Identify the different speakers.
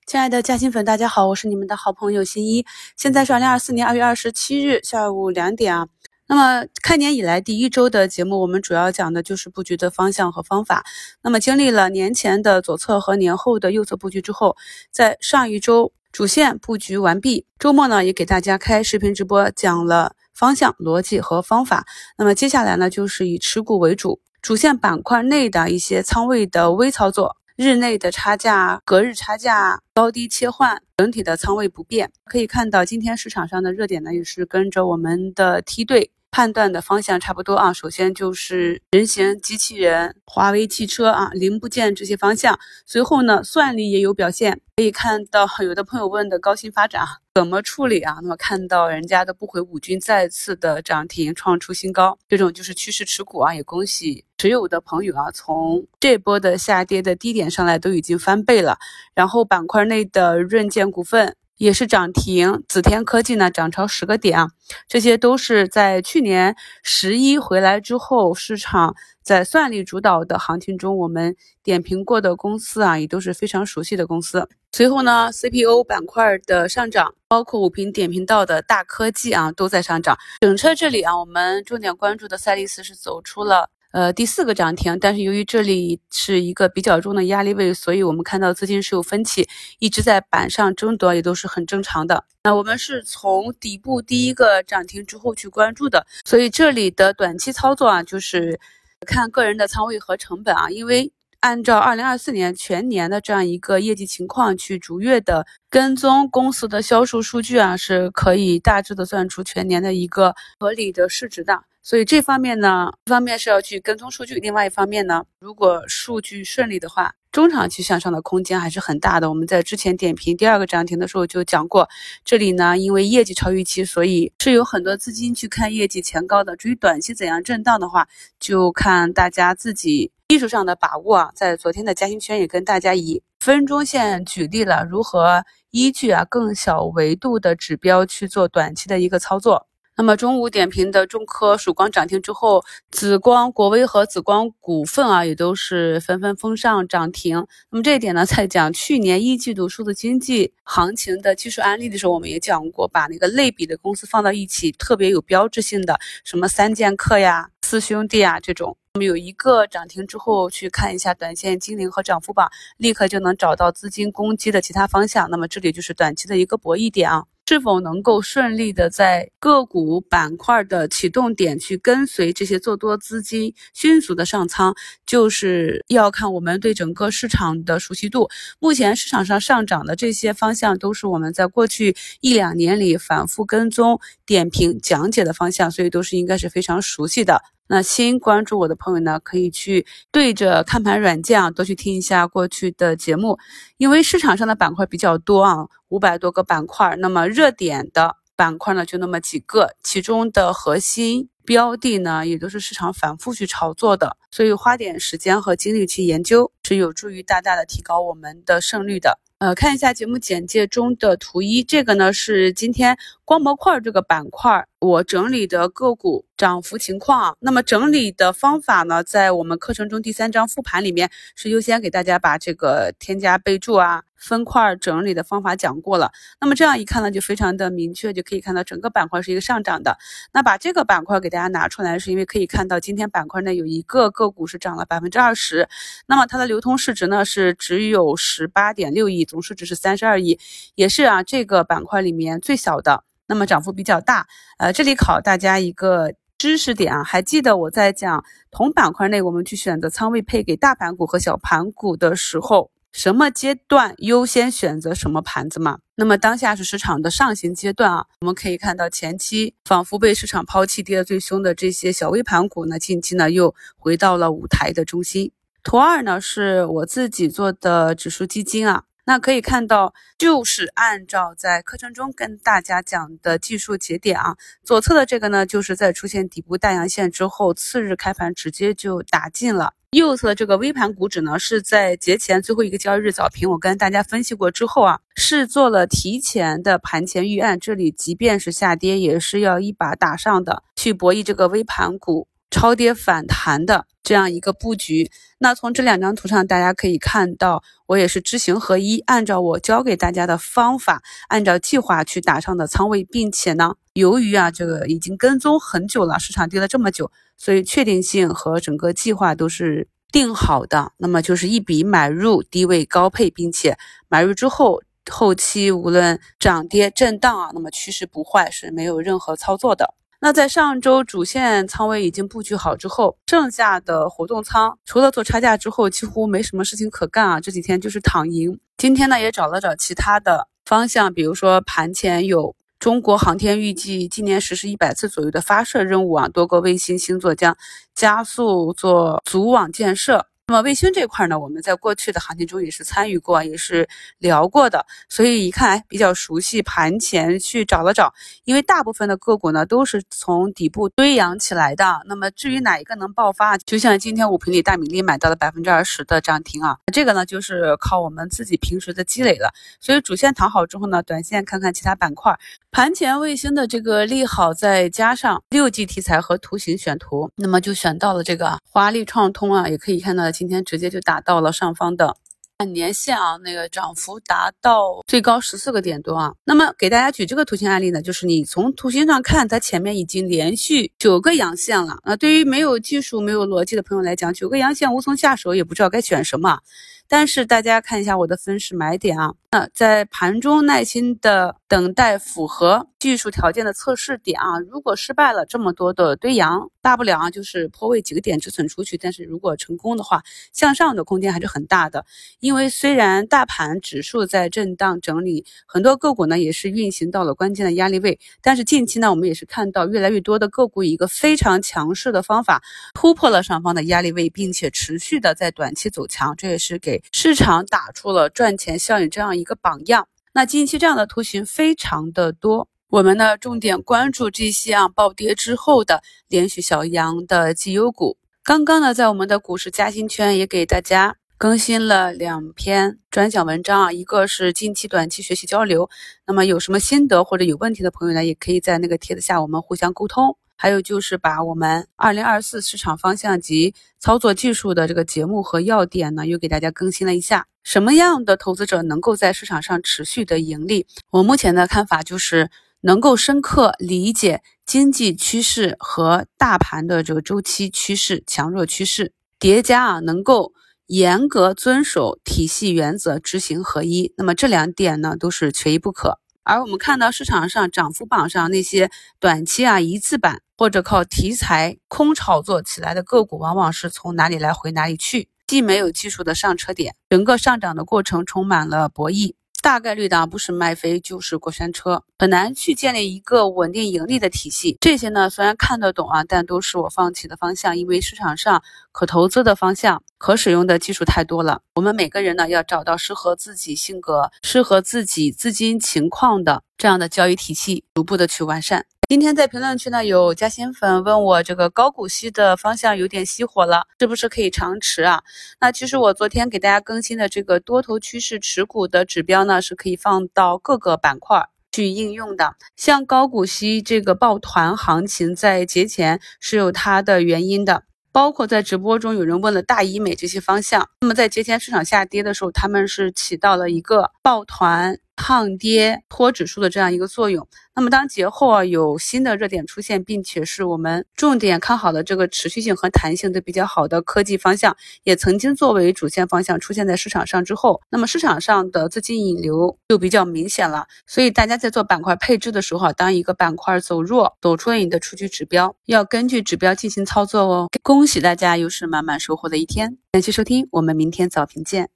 Speaker 1: 亲爱的嘉兴粉，大家好，我是你们的好朋友新一。现在是2024年2月27日下午2点啊。那么开年以来第一周的节目，我们主要讲的就是布局的方向和方法。那么经历了年前的左侧和年后的右侧布局之后，在上一周主线布局完毕，周末呢也给大家开视频直播讲了方向、逻辑和方法。那么接下来呢就是以持股为主，主线板块内的一些仓位的微操作。日内的差价、隔日差价、高低切换，整体的仓位不变。可以看到今天市场上的热点呢，也是跟着我们的梯队判断的方向差不多啊。首先就是人形机器人、华为汽车啊、零部件这些方向。随后呢，算力也有表现。可以看到有的朋友问的高新发展怎么处理啊？那么看到人家的不回五军再次的涨停创出新高，这种就是趋势持股啊，也恭喜持有的朋友啊，从这波的下跌的低点上来都已经翻倍了。然后板块内的润建股份也是涨停，紫天科技呢涨超10个点啊，这些都是在去年11回来之后，市场在算力主导的行情中，我们点评过的公司啊，也都是非常熟悉的公司。随后呢 ，CPO 板块的上涨，包括午评点评到的大科技啊，都在上涨。整车这里啊，我们重点关注的赛力斯是走出了第4个涨停，但是由于这里是一个比较重的压力位，所以我们看到资金是有分歧，一直在板上争夺，也都是很正常的。那我们是从底部第1个涨停之后去关注的，所以这里的短期操作啊，就是看个人的仓位和成本啊，因为按照2024年全年的这样一个业绩情况去逐月的跟踪公司的销售数据啊，是可以大致的算出全年的一个合理的市值的。所以这方面呢，一方面是要去跟踪数据，另外一方面呢，如果数据顺利的话，中长期向上的空间还是很大的。我们在之前点评第2个涨停的时候就讲过，这里呢因为业绩超预期，所以是有很多资金去看业绩前高的。至于短期怎样震荡的话，就看大家自己技术上的把握啊。在昨天的嘉兴圈也跟大家以分钟线举例了如何依据更小维度的指标去做短期的一个操作。那么中午点评的中科、曙光涨停之后，紫光、国威和紫光股份啊，也都是纷纷封上涨停。那么这一点呢，在讲去年1季度数字经济行情的技术案例的时候，我们也讲过，把那个类比的公司放到一起，特别有标志性的，什么三剑客呀、四兄弟啊这种。我们有一个涨停之后去看一下短线精灵和涨幅榜，立刻就能找到资金攻击的其他方向。那么这里就是短期的一个博弈点啊。是否能够顺利的在个股板块的启动点去跟随这些做多资金迅速的上仓，就是要看我们对整个市场的熟悉度。目前市场上上涨的这些方向都是我们在过去1-2年里反复跟踪、点评、讲解的方向，所以都是应该是非常熟悉的。那新关注我的朋友呢，可以去对着看盘软件多去听一下过去的节目，因为市场上的板块比较多啊，500多个板块，那么热点的板块呢就那么几个，其中的核心标的呢也都是市场反复去炒作的，所以花点时间和精力去研究是有助于大大的提高我们的胜率的。看一下节目简介中的图1，这个呢是今天光模块这个板块我整理的个股涨幅情况。那么整理的方法呢，在我们课程中第3章复盘里面是优先给大家把这个添加备注分块整理的方法讲过了。那么这样一看呢，就非常的明确，就可以看到整个板块是一个上涨的。那把这个板块给大家拿出来，是因为可以看到今天板块内有一个个股是涨了 20%， 那么它的流通市值呢是只有 18.6 亿，总市值是32亿，也是这个板块里面最小的，那么涨幅比较大。这里考大家一个知识点还记得我在讲同板块内我们去选择仓位配给大盘股和小盘股的时候，什么阶段优先选择什么盘子吗？那么当下是市场的上行阶段我们可以看到前期仿佛被市场抛弃跌得最凶的这些小微盘股呢，近期呢又回到了舞台的中心。图2呢是我自己做的指数基金那可以看到，就是按照在课程中跟大家讲的技术节点左侧的这个呢，就是在出现底部大阳线之后，次日开盘直接就打进了。右侧这个微盘股指呢，是在节前最后一个交易日早评我跟大家分析过之后是做了提前的盘前预案，这里即便是下跌也是要一把打上的，去博弈这个微盘股超跌反弹的这样一个布局。那从这2张图上大家可以看到，我也是知行合一，按照我教给大家的方法，按照计划去打上的仓位，并且呢，由于这个已经跟踪很久了，市场跌了这么久，所以确定性和整个计划都是定好的。那么就是一笔买入，低位高配，并且买入之后后期无论涨跌震荡那么趋势不坏，是没有任何操作的。那在上周主线仓位已经布局好之后，剩下的活动仓除了做差价之后几乎没什么事情可干这几天就是躺赢。今天呢也找了找其他的方向，比如说盘前有中国航天预计今年实施100次左右的发射任务多个卫星星座将加速做组网建设。那么卫星这块呢，我们在过去的行情中也是参与过，也是聊过的，所以一看比较熟悉。盘前去找了找，因为大部分的个股呢都是从底部堆扬起来的。那么至于哪一个能爆发，就像今天5评里大米粒买到了20%的涨停这个呢就是靠我们自己平时的积累了。所以主线躺好之后呢，短线看看其他板块。盘前卫星的这个利好，再加上6G 题材和图形选图，那么就选到了这个华丽创通也可以看到今天直接就打到了上方的半年线那个涨幅达到最高14个点多那么给大家举这个图形案例呢，就是你从图形上看，它前面已经连续9个阳线了对于没有技术没有逻辑的朋友来讲，9个阳线无从下手，也不知道该选什么。但是大家看一下我的分时买点那在盘中耐心的等待符合技术条件的测试点如果失败了，这么多的堆阳，大不了就是破位几个点止损出去，但是如果成功的话，向上的空间还是很大的。因为虽然大盘指数在震荡整理，很多个股呢也是运行到了关键的压力位，但是近期呢我们也是看到越来越多的个股以一个非常强势的方法突破了上方的压力位，并且持续的在短期走强，这也是给市场打出了赚钱效应这样一个榜样。那近期这样的图形非常的多，我们呢重点关注这些暴跌之后的连续小阳的绩优股。刚刚呢在我们的股市加薪圈也给大家更新了2篇专享文章一个是近期短期学习交流，那么有什么心得或者有问题的朋友呢，也可以在那个帖子下我们互相沟通。还有就是把我们2024市场方向及操作技术的这个节目和要点呢，又给大家更新了一下。什么样的投资者能够在市场上持续的盈利？我目前的看法就是能够深刻理解经济趋势和大盘的这个周期趋势、强弱趋势，叠加能够严格遵守体系原则，知行合一。那么这2点呢都是缺一不可。而我们看到市场上涨幅榜上那些短期一字板或者靠题材空炒作起来的个股，往往是从哪里来回哪里去，既没有技术的上车点，整个上涨的过程充满了博弈，大概率的不是卖飞就是过山车，很难去建立一个稳定盈利的体系。这些呢虽然看得懂但都是我放弃的方向，因为市场上可投资的方向、可使用的技术太多了。我们每个人呢要找到适合自己性格、适合自己资金情况的这样的交易体系，逐步的去完善。今天在评论区呢有加薪粉问我这个高股息的方向有点熄火了，是不是可以长持那其实我昨天给大家更新的这个多头趋势持股的指标呢，是可以放到各个板块去应用的。像高股息这个抱团行情在节前是有它的原因的，包括在直播中有人问了大医美这些方向，那么在节前市场下跌的时候，他们是起到了一个抱团抗跌拖指数的这样一个作用。那么当节后有新的热点出现，并且是我们重点看好的这个持续性和弹性都比较好的科技方向，也曾经作为主线方向出现在市场上之后，那么市场上的资金引流就比较明显了。所以大家在做板块配置的时候当一个板块走弱，走出了你的出局指标，要根据指标进行操作恭喜大家又是满满收获的一天。感谢收听，我们明天早评见。